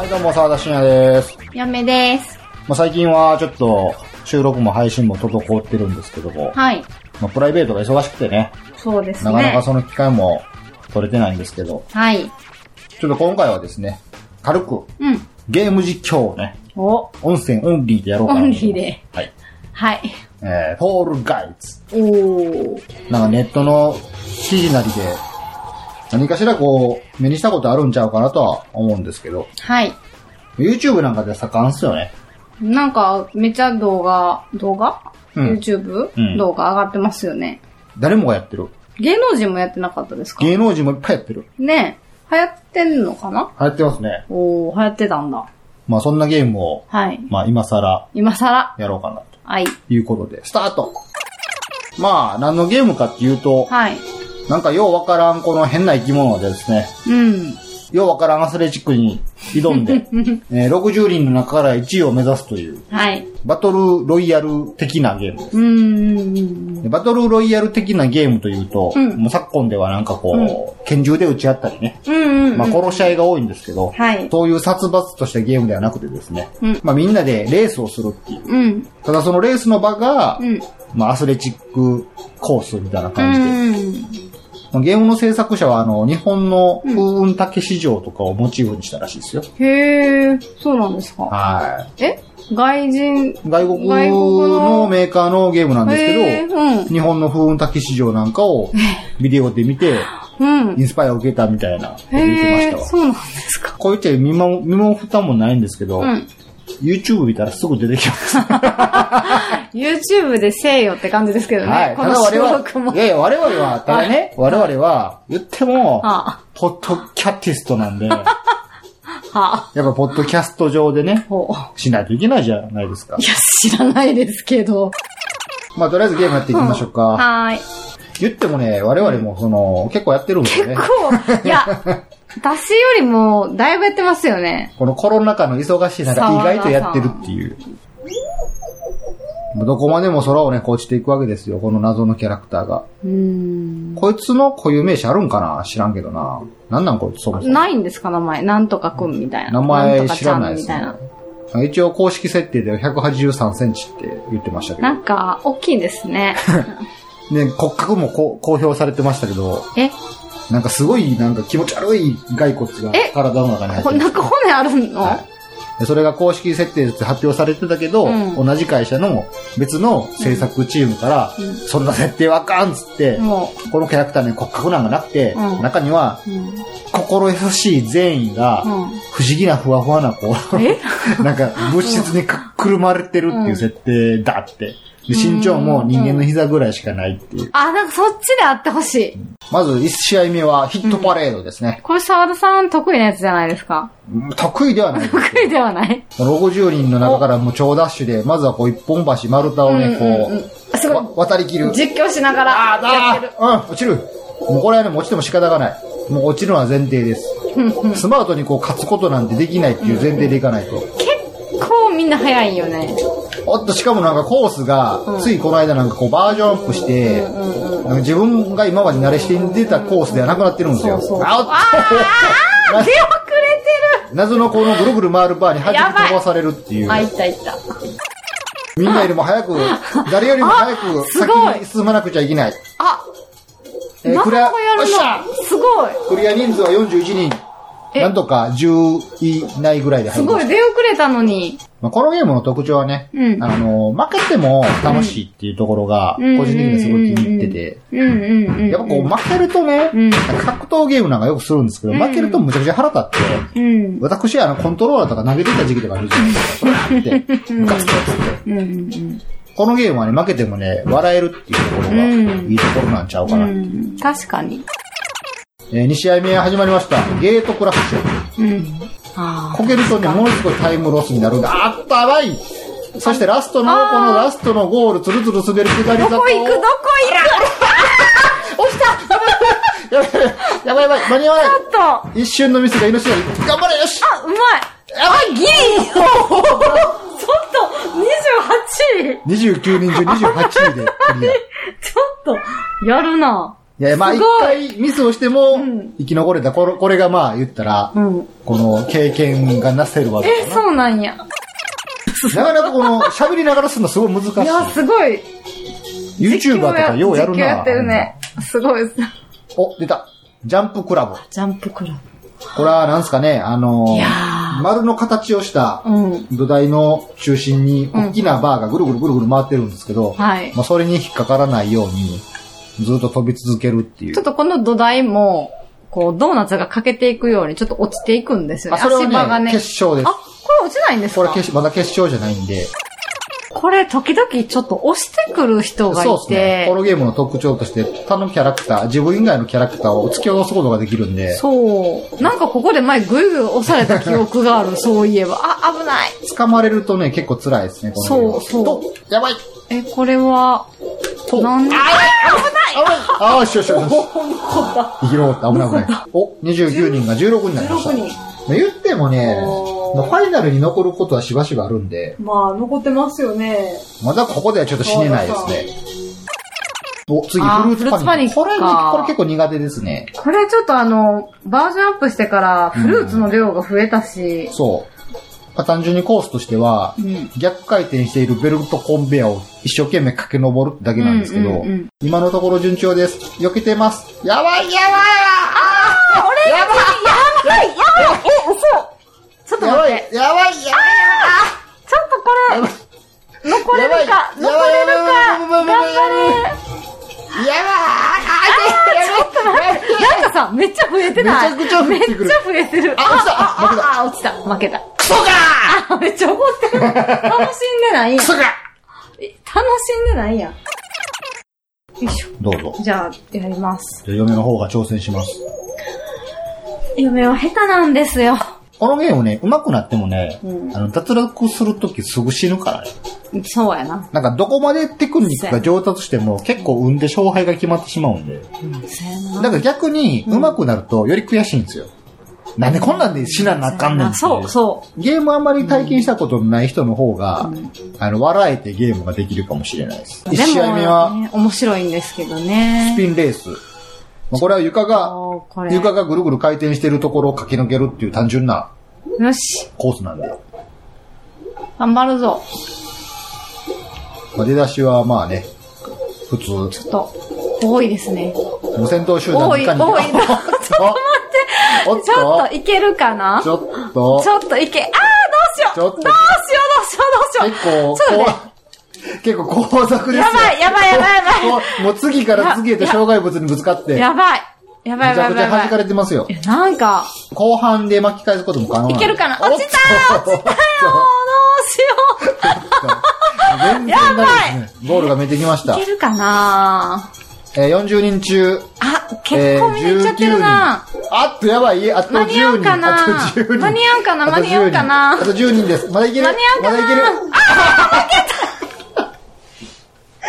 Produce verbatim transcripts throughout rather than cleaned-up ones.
はい、どうも、沢田信也です。 嫁です。 まあ、最近はちょっと収録も配信も滞ってるんですけども、 はい。 まあ、プライベートが忙しくてね、 そうですね。 なかなかその機会も取れてないんですけど、 はい。 ちょっと今回はですね、軽く、 うん。 ゲーム実況をね、 お。 音声オンリーでやろうかな。 オンリーで。 はい。 はい。 えー、フォールガイズ。 おー。 なんかネットの記事なりで、何かしらこう、目にしたことあるんちゃうかなとは思うんですけど、 はい。 YouTube なんかで盛んっすよね。 なんか、めちゃ動画、動画、 うん、 ?YouTube、 うん、 動画上がってますよね。 誰もがやってる。 芸能人もやってなかったですか？ 芸能人もいっぱいやってる。 ねえ。流行ってんのかな？ 流行ってますね。 おー、流行ってたんだ。 まあそんなゲームを、 はい。 まあ今更、 今更やろうかなと。 はい。 いうことで、スタート。まあ、何のゲームかっていうと、 はい。 なんかようわからんこの変な生き物でですね、 うん。 ようわからんアスレチックに挑んで、えー、ろくじゅうにんの中からいちいを目指すという、 はい。 バトルロイヤル的なゲームです。 うーん。 でバトルロイヤル的なゲームというと、 うん、 もう昨今ではなんかこう、うん、拳銃で撃ち合ったりね、 うんうんうん、 まあ殺し合いが多いんですけど、 はい、 そういう殺伐としたゲームではなくてですね、うん、まあみんなでレースをするっていう。 うん、ただそのレースの場が、 うん、 まあアスレチックコースみたいな感じで、 うんゲームの制作者は、あの、日本の風雲竹市場とかをモチーフにしたらしいですよ。 うん、へー、そうなんですか。 はい。 え外人外国のメーカーのゲームなんですけど、うん、日本の風雲竹市場なんかをビデオで見て、うん、インスパイアを受けたみたいなこと言ってましたわ。 そうなんですか。 こういった身も、身も蓋もないんですけど、うん、YouTube 見たらすぐ出てきます。 YouTube でせえよって感じですけどね。 はい。ただ我々は、いやいや、我々は、ただね、我々は、言っても、はあ、ポッドキャティストなんで、はあ、やっぱポッドキャスト上でね、しないといけないじゃないですか。 いや、知らないですけど。 まあ、とりあえずゲームやっていきましょうか。 うん、はーい。 言ってもね、我々もその、結構やってるんですよね。 結構、いや、私よりも、だいぶやってますよね。 このコロナ禍の忙しい中、意外とやってるっていう。どこまでも空をね、落ちていくわけですよ、この謎のキャラクターが。うーん。こいつの固有名詞あるんかな？知らんけどな。なんなんこいつそもそも。 ないんですか名前。なんとかくんみたいな。 名前知らないですね。一応公式設定でひゃくはちじゅうさんセンチって言ってましたけど。 なんか、大きいですね。 ね、骨格もこ公表されてましたけど。 えなんかすごい、なんか気持ち悪い骸骨が体の中に入ってる。 なんか骨あるの？はいでそれが公式設定で発表されてたけど、うん、同じ会社の別の制作チームから、うん、そんな設定はあかんっつって、うん、このキャラクターに骨格なんかなくて、うん、中には、うん、心優しい善意が、不思議なふわふわなこう、なんか物質にくるまれてるっていう設定だって。で身長も人間の膝ぐらいしかないっていう。うん、 あ、なんかそっちであってほしい。 まずいち試合目はヒットパレードですね。 うん、これ沢田さん得意なやつじゃないですか？ 得意ではないです。 得意ではない。 ろくじゅうにんの中からもう超ダッシュで、まずはこう一本橋丸太をね、こう、うんうんうん、すごい渡り切る。 実況しながらやってる。 ああ、うん、落ちる。もうこれはね、落ちても仕方がない。もう落ちるのは前提です。スマートにこう勝つことなんてできないっていう前提でいかないと。結構みんな早いよね。 おっと、しかもなんかコースが、うん、ついこの間なんかこうバージョンアップして、うんうんうん、なんか自分が今まで慣れして出たコースではなくなってるんですよ。 そうそうあおっとあ出遅れてる謎のこのぐるぐる回るバーに弾き飛ばされるっていう。 あ、いったいった。 みんなよりも早く、誰よりも早く先に進まなくちゃいけない。 あ、 えー、クリア、 よっしゃすごい。 クリア人数はよんじゅういちにん。なんとかじゅういないぐらいで入りました。 すごい、出遅れたのに。 まあ、このゲームの特徴はね、うん、あの、負けても楽しいっていうところが、個人的にはすごい気に入ってて、やっぱこう負けるとね、うん、格闘ゲームなんかよくするんですけど、負けるとむちゃくちゃ腹立って、うん、私あの、コントローラーとか投げてた時期とかあるじゃないですか。それあって、ムカつくやつって。このゲームはね、負けてもね、笑えるっていうところがいいところなんちゃうかなっていう。うん、 確かに。 えー、に試合目始まりました。ゲートクラッシュ。うん。こけるとね、ものすごいタイムロスになるんで、あっとやばい。そしてラストの、このラストのゴール、つるつる滑る下り坂を。 どこ行くどこ行く押したやばいやばいやばい、間に合わない。 ちょっと。 一瞬のミスが命が頑張れよしあ、うまいあ、ギリちょっと、にじゅうはちいにじゅうきゅうにん中にじゅうはちいでクリア。 ちょっと、やるないや、まあ一回ミスをしても、生き残れた。これ、これがまあ言ったら、うん、この経験がなせるわけだな。え、そうなんや。 なかなかこの、喋りながらするのすごい難しい。いや、すごい。 YouTuber とかようやるな。 実況やってるね。すごいです。 お、出た。ジャンプクラブ。 ジャンプクラブ。 これはなんすかね、あのー、丸の形をした土台の中心に大きなバーがぐるぐるぐるぐる回ってるんですけど、うんはい、まあそれに引っかからないようにずっと飛び続けるっていう。 ちょっとこの土台も、こう、ドーナツが欠けていくようにちょっと落ちていくんですよね。 あ、それはね、足場がね決勝です。 あ、これ落ちないんですか？ これ決まだ決勝じゃないんで。 これ時々ちょっと押してくる人がいて。そうですね。 このゲームの特徴として、他のキャラクター、自分以外のキャラクターを突き落とすことができるんで。 そう。なんかここで前グイグイ押された記憶がある、そういえば。あ、危ない。 掴まれるとね、結構辛いですね、このゲーム。そう、そう。やばい。 え、これは、なんで？あ、 危ない危ないあーしよしよしよし。生き残った、危ない危ない。お、にじゅうきゅうにんがじゅうろくになりました。じゅうろくにん。言ってもね、ファイナルに残ることはしばしばあるんで。 まあ、残ってますよね。 まだここではちょっと死ねないですね。お、次、フルーツパニック。これ、これ結構苦手ですね。 これちょっとあの、バージョンアップしてからフルーツの量が増えたし。 うん、そう。まあ、単純にコースとしては、うん、逆回転しているベルトコンベヤを一生懸命駆け上るだけなんですけど、うんうんうん、今のところ順調です。避けてます。やばいやばいあー俺やばいやばいやばいえ、嘘ちょっと待って。 やばいやばいやばいちょっとこれ、残れるか残れるか頑張れやばいちょっと待って。なんかさ、めっちゃ増えてないめちゃくちゃ増えてくる。 めっちゃ増えてる。 あ、落ちたあ、落ちた。負けた。 クソかあ、めっちゃ怒ってる。楽しんでないやん。 クソか楽しんでないやん。よいしょ。 どうぞ。 じゃあ、やります。 じゃあ、嫁の方が挑戦します。 嫁は下手なんですよ。 このゲームね、上手くなってもね、うん、あの、脱落するときすぐ死ぬからね。 そうやな。 なんかどこまでテクニックが上達しても結構運で勝敗が決まってしまうんで。うん、だから逆に上手くなるとより悔しいんですよ。うん、なんでこんなんで死ななあかんねんって。 そうそう。 ゲームあんまり体験したことのない人の方が、うん、あの、笑えてゲームができるかもしれないです。いち試合目は、 ね、面白いんですけどね。 スピンレース。これは床が、床がぐるぐる回転してるところを駆け抜けるっていう単純なよしコースなんで。 頑張るぞ。 まあ、出だしはまあね、普通。 ちょっと、多いですね。 もう先頭集団多い、多い。ちょっと待って。ちょっといけるかなちょっと。 ちょっといけ、あーどうしようどうしようどうしようどうしよう。 結構、結構高速ですよ。 やばい、やばい、やばい、やばい。もう次から次へと障害物にぶつかって。 やばい。やばい、やばい、やばい。めちゃくちゃ弾かれてますよ。 なんか。 後半で巻き返すことも可能なんで。 いけるかな落ちたよ落ちたよどうしよう全然ダメですね。ゴールが見えてきました。 いけるかなえー、よんじゅうにん中。 あ、結構見えちゃってるな、 えー、あっとやばい。あとじゅうにん。 間に合うかなあとじゅうにん。 間に合うかな間に合うかなあとじゅうにんです。まだいける。 間に合うかなまだいける。 あー負けたえ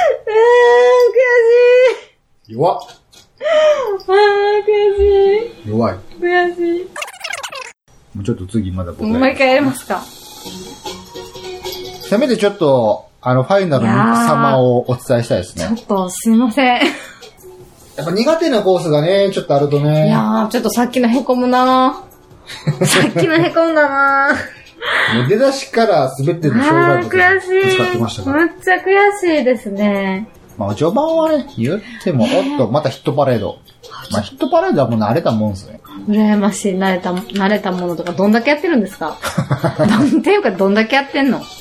ー、悔しい。 弱っ。 あー、悔しい。 弱い。 悔しい。 もうちょっと次まだ僕もう一回やりますか。 せめてちょっと、あの、ファイナルの様をお伝えしたいですね。 ちょっと、すいません。やっぱ苦手なコースがね、ちょっとあるとね。 いやー、ちょっとさっきのへこむなー。さっきのへこんだなー。 もう出だしから滑ってる障害物にぶつかってましたから。 めっちゃ悔しいですね。 まあ、序盤はね、言っても、おっと、またヒットパレード。まあ、ヒットパレードはもう慣れたもんですね。 羨ましい、慣れた、慣れたものとか、どんだけやってるんですかっていうか、どんだけやってんの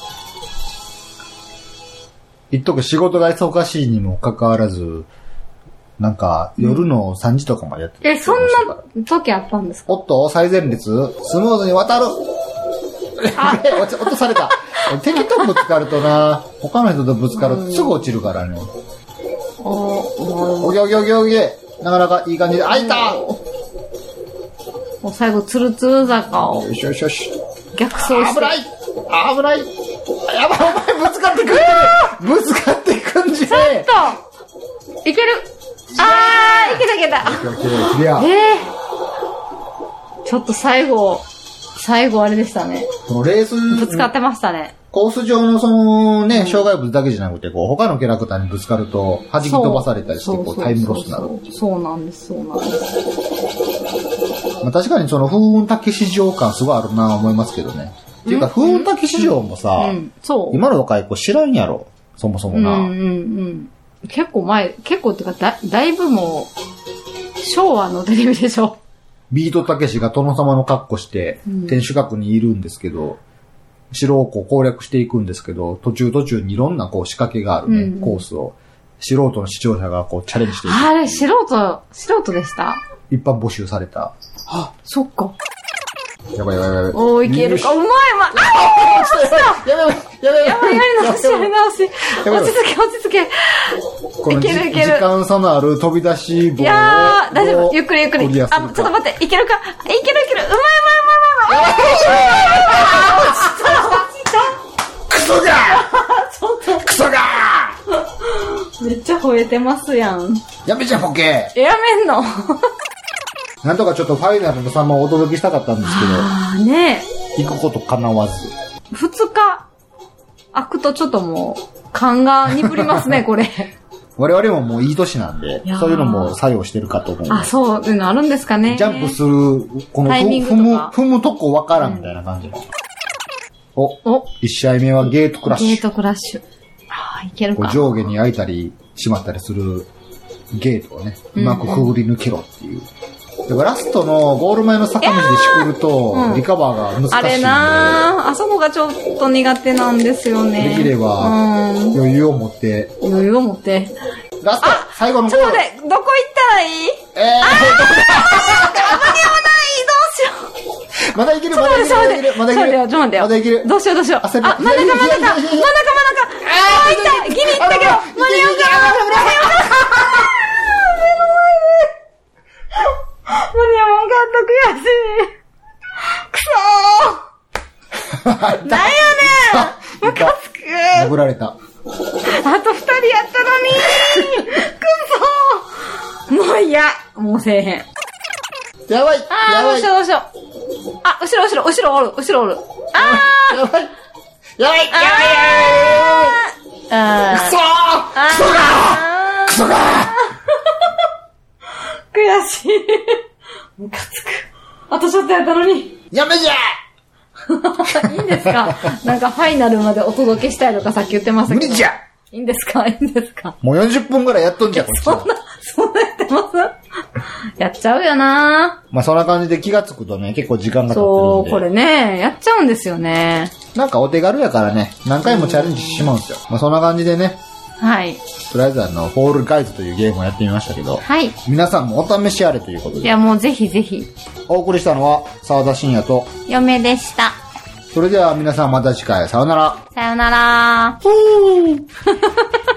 言っとく仕事が忙しいにもかかわらず、なんか、夜のさんじとかまでやってる、 うん。え、そんな時あったんですか？ おっと、最前列、スムーズに渡る。あ落とされた。敵とぶつかるとな、他の人とぶつかるとすぐ落ちるからね。おおぎょぎょぎょぎょ。なかなかいい感じで、あいたもう最後、ツルツル坂を。 よしよしよし。 逆走して。 危ない危ないやばい、お前ぶつかってくんじゃねえぶつかってくんじゃねえちょっといけるあーいけたいけたえー、ちょっと最後、 最後あれでしたね。 そのレース、 ぶつかってましたね。 コース上のそのね、障害物だけじゃなくて、こう、他のキャラクターにぶつかると、弾き飛ばされたりして、こう、タイムロスになる。 そうなんです、そうなんです。 まあ確かにその、風雲滝市場感すごいあるなぁ思いますけどね。っていうか、風雲滝市場もさ、うんうん、そう今の若い子知らんやろ。そもそもな。 うんうんうん。結構前、結構っていうかだ、だいぶもう、昭和のテレビでしょ。 ビートたけしが殿様の格好して、うん、天守閣にいるんですけど、城をこう攻略していくんですけど、途中途中にいろんなこう仕掛けがあるね、うん、コースを、素人の視聴者がこうチャレンジしていく。 あれ、素人、素人でした？ 一般募集された。 あ、そっか。 やばいやばいやばい。 おー、いけるか。うまい、うまい。あー、落ちた。 やばいやばい。やばいやばい、やり直し、やり直し。落ち着け、落ち着け。いけるいける。 時間差のある飛び出し棒を。 いやー、大丈夫。ゆっくりゆっくり。あ、ちょっと待って。いけるか。いけるいける。うまいうまいうまいうまい。落ちた。落ちた。 クソがちょっと。 クソがめっちゃ吠えてますやん。 やめちゃボケ。 やめんの。 なんとかちょっとファイナルのさんまをお届けしたかったんですけど。 あーね行くこと叶わず。 二日開くとちょっともう、勘が鈍りますね、これ。 我々ももういい年なんで、そういうのも作用してるかと思う。 あ、そういうのあるんですかね。 ジャンプする、この踏む、踏むとこわからんみたいな感じの。うん、お、お、一試合目はゲートクラッシュ。 ゲートクラッシュ。ああ、いけるか。 上下に開いたり閉まったりするゲートをね、うまくくぐり抜けろっていう。でもラストのゴール前の坂道でしくると、うん、リカバーが難しいんで。あれなぁ、あそこがちょっと苦手なんですよね。 できれば、うん、余裕を持って。 余裕を持って。 ラスト最後のゴール。ちょっと待って、どこ行ったらいい？えー、あー、間に合わない、どうしよう。 まだいける、まだいける、まだいける。 ちょっと待ってよ、 まだいける。 どうしよう、どうしよう。あ、 真ん中、 真ん中、真ん中、真ん中、真ん中。あー、行った、ギリ行ったけど、間に合うかな、間に合うかな。間に合わんかった、悔しい。くそー。なんやねん。ムカつく。 殴られた。 あと二人やったのに。くそー。もう嫌。もうせえへん。 やばい。 あー、どうしようどうしよう。あ、後ろ後ろ、後ろおる、後ろおる。あー。 やばい。やばい。やばい。 あー。 くそー。クソがー。クソがー。 悔しい。ムカつく。あとちょっとやったのに。 やめじゃいいんですか？なんかファイナルまでお届けしたいとかさっき言ってましたけど。 無理じゃいいんですか？いいんですか？ もうよんじゅっぷんぐらいやっとんじゃん、こっちは。 そんな、そんなやってますやっちゃうよなまあそんな感じで気がつくとね、結構時間が経ってるんで。 そう、これね、やっちゃうんですよね。 なんかお手軽やからね、何回もチャレンジしてしまうんですよ。まあそんな感じでね。 はい。 とりあえずあの、フォールガイズというゲームをやってみましたけど。 はい。 皆さんもお試しあれということで。 いやもうぜひぜひ。 お送りしたのは、沢田信也と、 嫁でした。 それでは皆さんまた次回、さよなら。 さよなら。